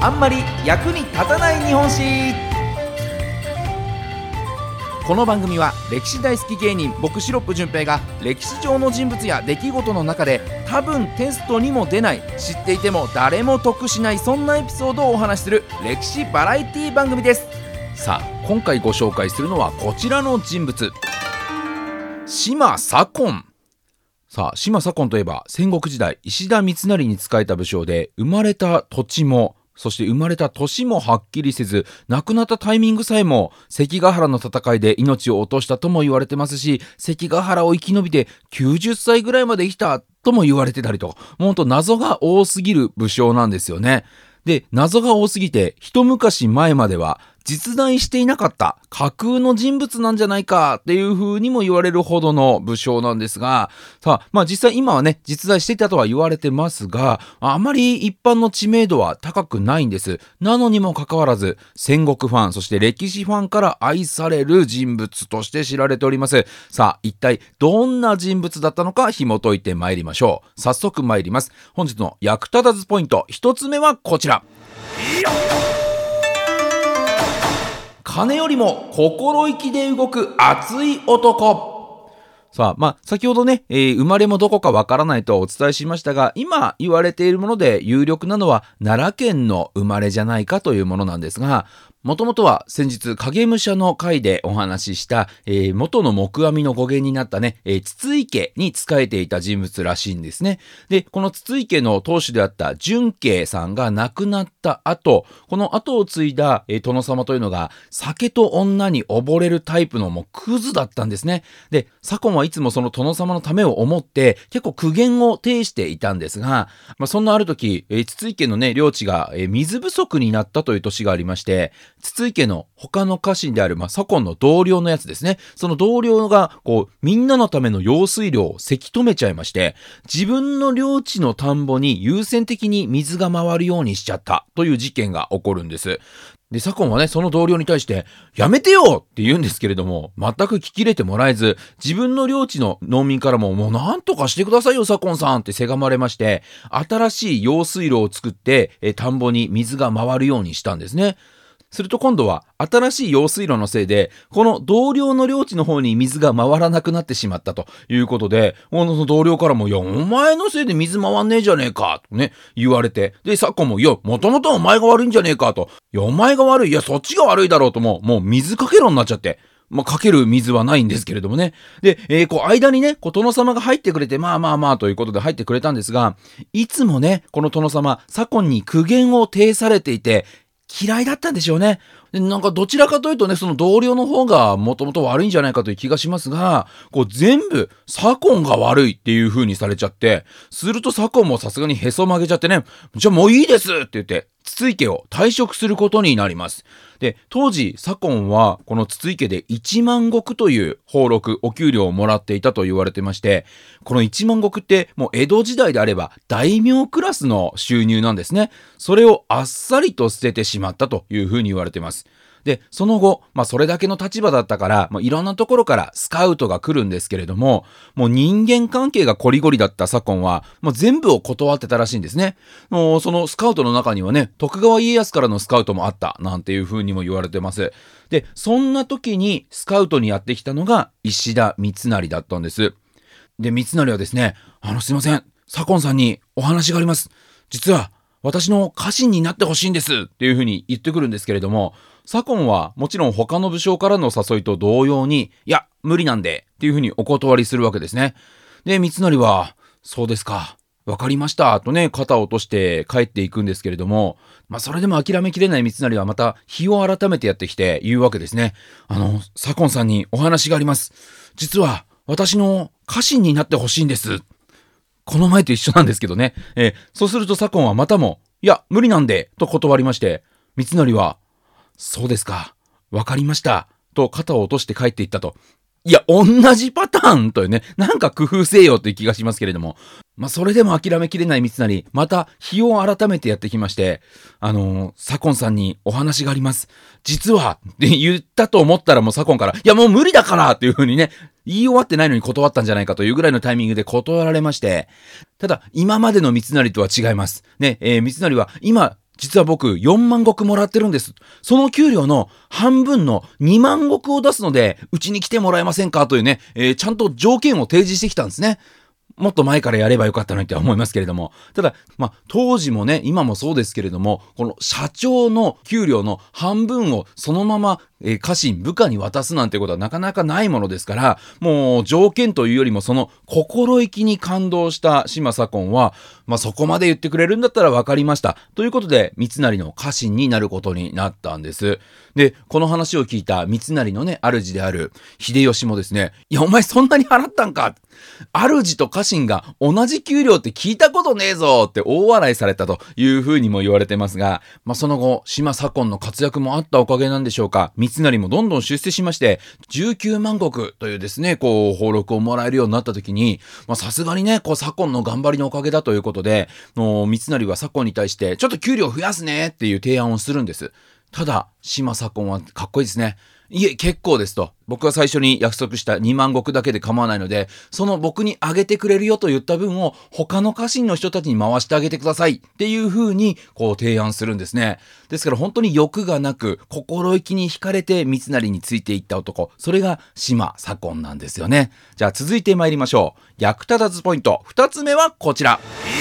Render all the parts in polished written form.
あんまり役に立たない日本史。この番組は歴史大好き芸人僕シロップ純平が歴史上の人物や出来事の中で多分テストにも出ない、知っていても誰も得しない、そんなエピソードをお話しする歴史バラエティ番組です。さあ今回ご紹介するのはこちらの人物、島左近。さあ島左近といえば戦国時代石田三成に仕えた武将で、生まれた土地もそして生まれた年もはっきりせず、亡くなったタイミングさえも関ヶ原の戦いで命を落としたとも言われてますし、関ヶ原を生き延びて90歳ぐらいまで生きたとも言われてたりと、もうほんと謎が多すぎる武将なんですよね。で、謎が多すぎて一昔前までは実在していなかった架空の人物なんじゃないかっていう風にも言われるほどの武将なんですが、さあ、実際今はね実在していたとは言われてますが、あまり一般の知名度は高くないんです。なのにもかかわらず戦国ファン、そして歴史ファンから愛される人物として知られております。さあ一体どんな人物だったのか紐解いてまいりましょう。早速参ります。本日の役立たずポイント一つ目はこちら。金よりも心意気で動く熱い男。さあ、先ほどね、生まれもどこかわからないとお伝えしましたが、今言われているもので有力なのは奈良県の生まれじゃないかというものなんですが、もともとは先日影武者の回でお話しした、元の木阿弥の語源になったね、筒井家に仕えていた人物らしいんですね。で、この筒井家の当主であった純慶さんが亡くなった後、この後を継いだ、殿様というのが酒と女に溺れるタイプのもうクズだったんですね。で、左近はいつもその殿様のためを思って結構苦言を呈していたんですが、そんなある時、筒井家のね領地が、水不足になったという年がありまして、筒井家の他の家臣である、左近の同僚のやつですね。その同僚がみんなのための用水路をせき止めちゃいまして、自分の領地の田んぼに優先的に水が回るようにしちゃったという事件が起こるんです。で、左近はね、その同僚に対して、やめてよって言うんですけれども、全く聞き入れてもらえず、自分の領地の農民からも、もうなんとかしてくださいよ、左近さんってせがまれまして、新しい用水路を作って、田んぼに水が回るようにしたんですね。すると今度は新しい用水路のせいでこの同僚の領地の方に水が回らなくなってしまったということで、この同僚からも、いやお前のせいで水回んねえじゃねえかとね言われて、で昨今も、いやもともとお前が悪いんじゃねえかと、いやお前が悪い、いやそっちが悪いだろうと、もう水かけろになっちゃって、かける水はないんですけれどもね。で、間にね、殿様が入ってくれて、ということで入ってくれたんですが、いつもね、この殿様、左近に苦言を呈されていて、嫌いだったんでしょうね。なんかどちらかというとね、その同僚の方がもともと悪いんじゃないかという気がしますが、全部左近が悪いっていう風にされちゃって、すると左近もさすがにへそ曲げちゃってね、じゃあもういいですって言って筒井家を退職することになります。で、当時左近はこの筒井家で1万石という俸禄、お給料をもらっていたと言われてまして、この1万石ってもう江戸時代であれば大名クラスの収入なんですね。それをあっさりと捨ててしまったというふうに言われてます。で、その後、それだけの立場だったから、いろんなところからスカウトが来るんですけれども、もう人間関係がコリゴリだった左近は、全部を断ってたらしいんですね。もうそのスカウトの中にはね、徳川家康からのスカウトもあった、なんていう風にも言われてます。で、そんな時にスカウトにやってきたのが石田三成だったんです。で、三成はですね、すいません、左近さんにお話があります。実は、私の家臣になってほしいんですっていう風に言ってくるんですけれども、左近はもちろん他の武将からの誘いと同様に、いや無理なんでっていう風にお断りするわけですね。で、三成は、そうですか、わかりましたとね、肩を落として帰っていくんですけれども、それでも諦めきれない三成はまた日を改めてやってきて言うわけですね。左近さんにお話があります。実は私の家臣になってほしいんです。この前と一緒なんですけどね。そうすると左近はまたも、いや無理なんでと断りまして、三成は、そうですか、わかりましたと肩を落として帰っていったと。いや同じパターンというね、なんか工夫せよという気がしますけれども、それでも諦めきれない三成、また日を改めてやってきまして、左近さんにお話があります。実はって言ったと思ったら、もう左近から、いやもう無理だからっていう風にね、言い終わってないのに断ったんじゃないかというぐらいのタイミングで断られまして、ただ今までの三成とは違いますね。三成は今実は僕4万石もらってるんです。その給料の半分の2万石を出すので、うちに来てもらえませんかというね、ちゃんと条件を提示してきたんですね。もっと前からやればよかったのにって思いますけれども。ただ、当時もね、今もそうですけれども、この社長の給料の半分をそのまま、家臣、部下に渡すなんてことはなかなかないものですから、もう条件というよりもその心意気に感動した島左近は、そこまで言ってくれるんだったら分かりました。ということで、三成の家臣になることになったんです。で、この話を聞いた三成のね、主である秀吉もですね、いや、お前そんなに払ったんか、主と家臣が同じ給料って聞いたことねえぞって大笑いされたというふうにも言われてますが、その後、島左近の活躍もあったおかげなんでしょうか、三成もどんどん出世しまして、19万石というですね、俸禄をもらえるようになった時に、さすがにね、左近の頑張りのおかげだということで、三成は左近に対して、ちょっと給料増やすねっていう提案をするんです。ただ、島左近はかっこいいですね。いえ、結構ですと。僕は最初に約束した2万石だけで構わないので、その僕にあげてくれるよと言った分を他の家臣の人たちに回してあげてくださいっていう風に提案するんですね。ですから本当に欲がなく心意気に惹かれて三成についていった男、それが島左近なんですよね。じゃあ続いて参りましょう。役立たずポイント2つ目はこちら。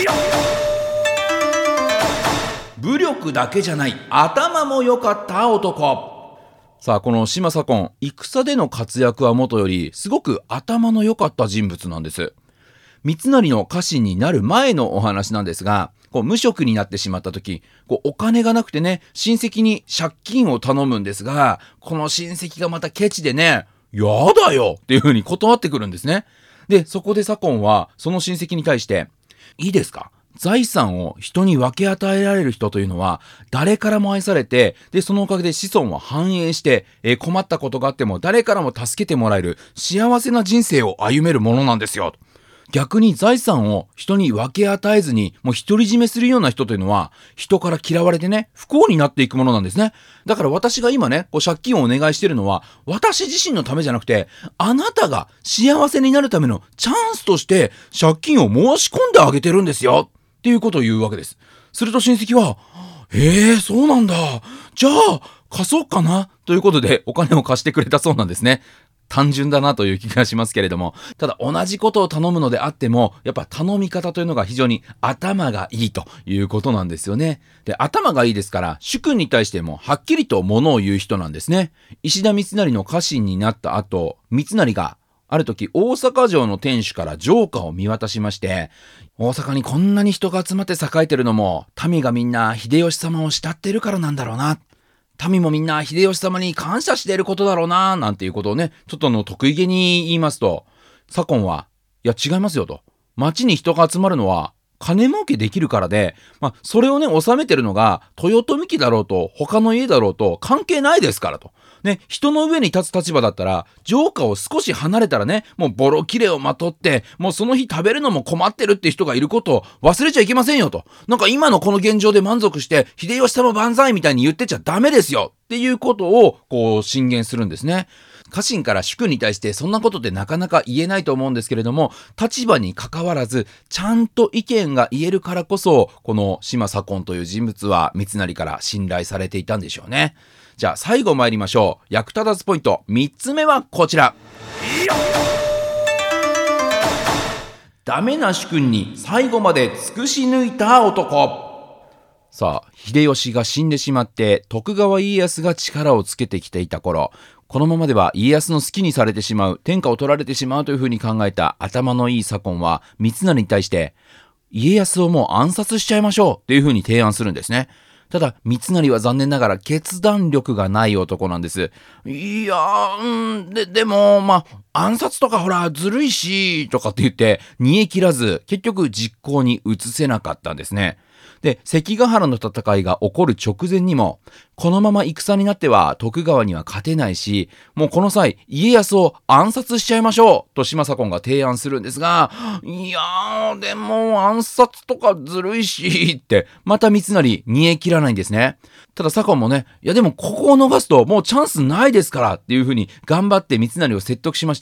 武力だけじゃない、頭も良かった男。さあ、この島左近、戦での活躍はもとより、すごく頭の良かった人物なんです。三成の家臣になる前のお話なんですが、無職になってしまった時、お金がなくてね、親戚に借金を頼むんですが、この親戚がまたケチでね、やだよっていう風に断ってくるんですね。で、そこで左近は、その親戚に対して、いいですか？財産を人に分け与えられる人というのは誰からも愛されて、でそのおかげで子孫は繁栄して、困ったことがあっても誰からも助けてもらえる幸せな人生を歩めるものなんですよ。逆に財産を人に分け与えずにもう独り占めするような人というのは人から嫌われてね、不幸になっていくものなんですね。だから私が今ね借金をお願いしているのは私自身のためじゃなくて、あなたが幸せになるためのチャンスとして借金を申し込んであげてるんですよっていうことを言うわけです。すると親戚は、そうなんだ。じゃあ、貸そうかなということでお金を貸してくれたそうなんですね。単純だなという気がしますけれども、ただ同じことを頼むのであっても、やっぱ頼み方というのが非常に頭がいいということなんですよね。で、頭がいいですから、主君に対してもはっきりと物を言う人なんですね。石田三成の家臣になった後、三成がある時大阪城の天守から城下を見渡しまして、大阪にこんなに人が集まって栄えてるのも民がみんな秀吉様を慕ってるからなんだろうな、民もみんな秀吉様に感謝していることだろうな、なんていうことをね、ちょっと得意げに言いますと、左近は、いや違いますよと、町に人が集まるのは金儲けできるからで、それをね収めてるのが豊臣家だろうと他の家だろうと関係ないですからとね、人の上に立つ立場だったら城下を少し離れたらね、もうボロ切れをまとってもうその日食べるのも困ってるって人がいることを忘れちゃいけませんよと。なんか今のこの現状で満足して秀吉様万歳みたいに言ってちゃダメですよっていうことを進言するんですね。家臣から主君に対してそんなことってなかなか言えないと思うんですけれども、立場に関わらずちゃんと意見が言えるからこそ、この島左近という人物は三成から信頼されていたんでしょうね。じゃあ最後参りましょう。役立たずポイント3つ目はこちら。ダメな主君に最後まで尽くし抜いた男。さあ、秀吉が死んでしまって徳川家康が力をつけてきていた頃、このままでは家康の好きにされてしまう、天下を取られてしまうというふうに考えた頭のいい左近は三成に対して、家康をもう暗殺しちゃいましょうっていうふうに提案するんですね。ただ三成は残念ながら決断力がない男なんです。いやでも暗殺とかほらずるいしとかって言って煮え切らず、結局実行に移せなかったんですね。で、関ヶ原の戦いが起こる直前にも、このまま戦になっては徳川には勝てないし、もうこの際家康を暗殺しちゃいましょうと島左近が提案するんですが、いやーでも暗殺とかずるいしってまた三成煮え切らないんですね。ただ左近もね、いやでもここを逃すともうチャンスないですからっていう風に頑張って三成を説得しまして、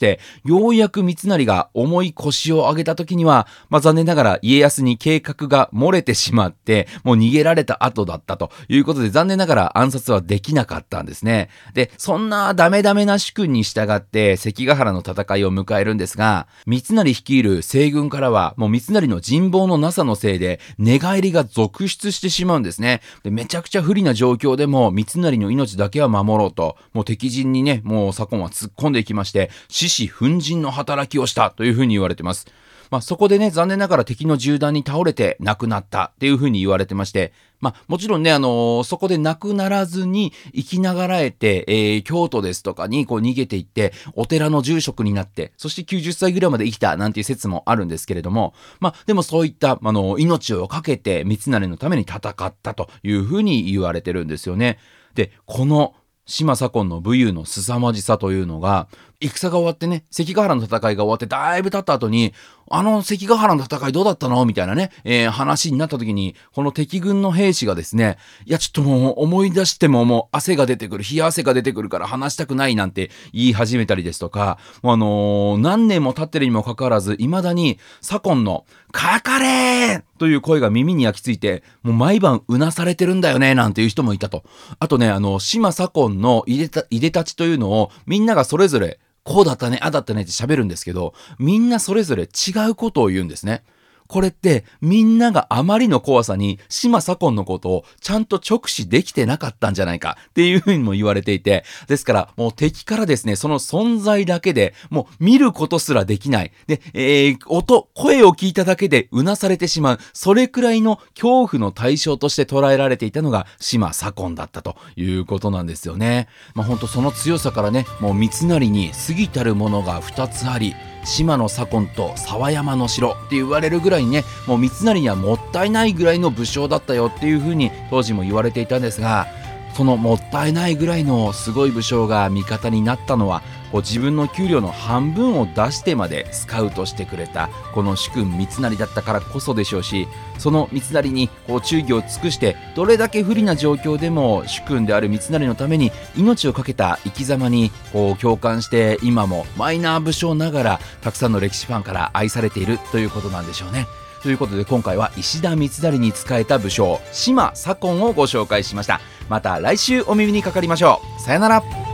してようやく三成が重い腰を上げた時には、残念ながら家康に計画が漏れてしまってもう逃げられた後だったということで、残念ながら暗殺はできなかったんですね。でそんなダメダメな主君に従って関ヶ原の戦いを迎えるんですが、三成率いる西軍からはもう三成の人望のなさのせいで寝返りが続出してしまうんですね。でめちゃくちゃ不利な状況でも三成の命だけは守ろうと、もう敵陣にね、もう左近は突っ込んでいきまして、獅子奮迅の働きをしたというふうに言われてます。そこでね、残念ながら敵の銃弾に倒れて亡くなったっていうふうに言われてまして、もちろんね、そこで亡くならずに生きながらえて、京都ですとかにこう逃げていってお寺の住職になって、そして90歳ぐらいまで生きたなんていう説もあるんですけれども、でもそういった命を懸けて三成のために戦ったというふうに言われてるんですよね。でこの島左近の武勇の凄まじさというのが、戦が終わってね、関ヶ原の戦いが終わってだいぶ経った後に、関ヶ原の戦いどうだったのみたいなね、話になった時に、この敵軍の兵士がですね、いやちょっともう思い出してももう汗が出てくる、冷や汗が出てくるから話したくないなんて言い始めたりですとか、何年も経ってるにもかかわらず未だに左近のかかれーという声が耳に焼き付いて、もう毎晩うなされてるんだよねなんていう人もいたと。あとね、島左近のいでたちというのをみんながそれぞれこうだったね、あだったねって喋るんですけど、みんなそれぞれ違うことを言うんですね。これってみんながあまりの怖さに島左近のことをちゃんと直視できてなかったんじゃないかっていうふうにも言われていて、ですからもう敵からですね、その存在だけでもう見ることすらできない。で、声を聞いただけでうなされてしまう、それくらいの恐怖の対象として捉えられていたのが島左近だったということなんですよね。本当その強さからね、もう三成に過ぎたるものが2つあり、島の左近と沢山の城って言われるぐらいにね、もう三成にはもったいないぐらいの武将だったよっていう風に当時も言われていたんですが、そのもったいないぐらいのすごい武将が味方になったのは、自分の給料の半分を出してまでスカウトしてくれたこの主君三成だったからこそでしょうし、その三成に忠義を尽くしてどれだけ不利な状況でも主君である三成のために命を懸けた生き様に共感して、今もマイナー武将ながらたくさんの歴史ファンから愛されているということなんでしょうね。ということで今回は石田三成に仕えた武将島左近をご紹介しました。また来週お耳にかかりましょう。さよなら。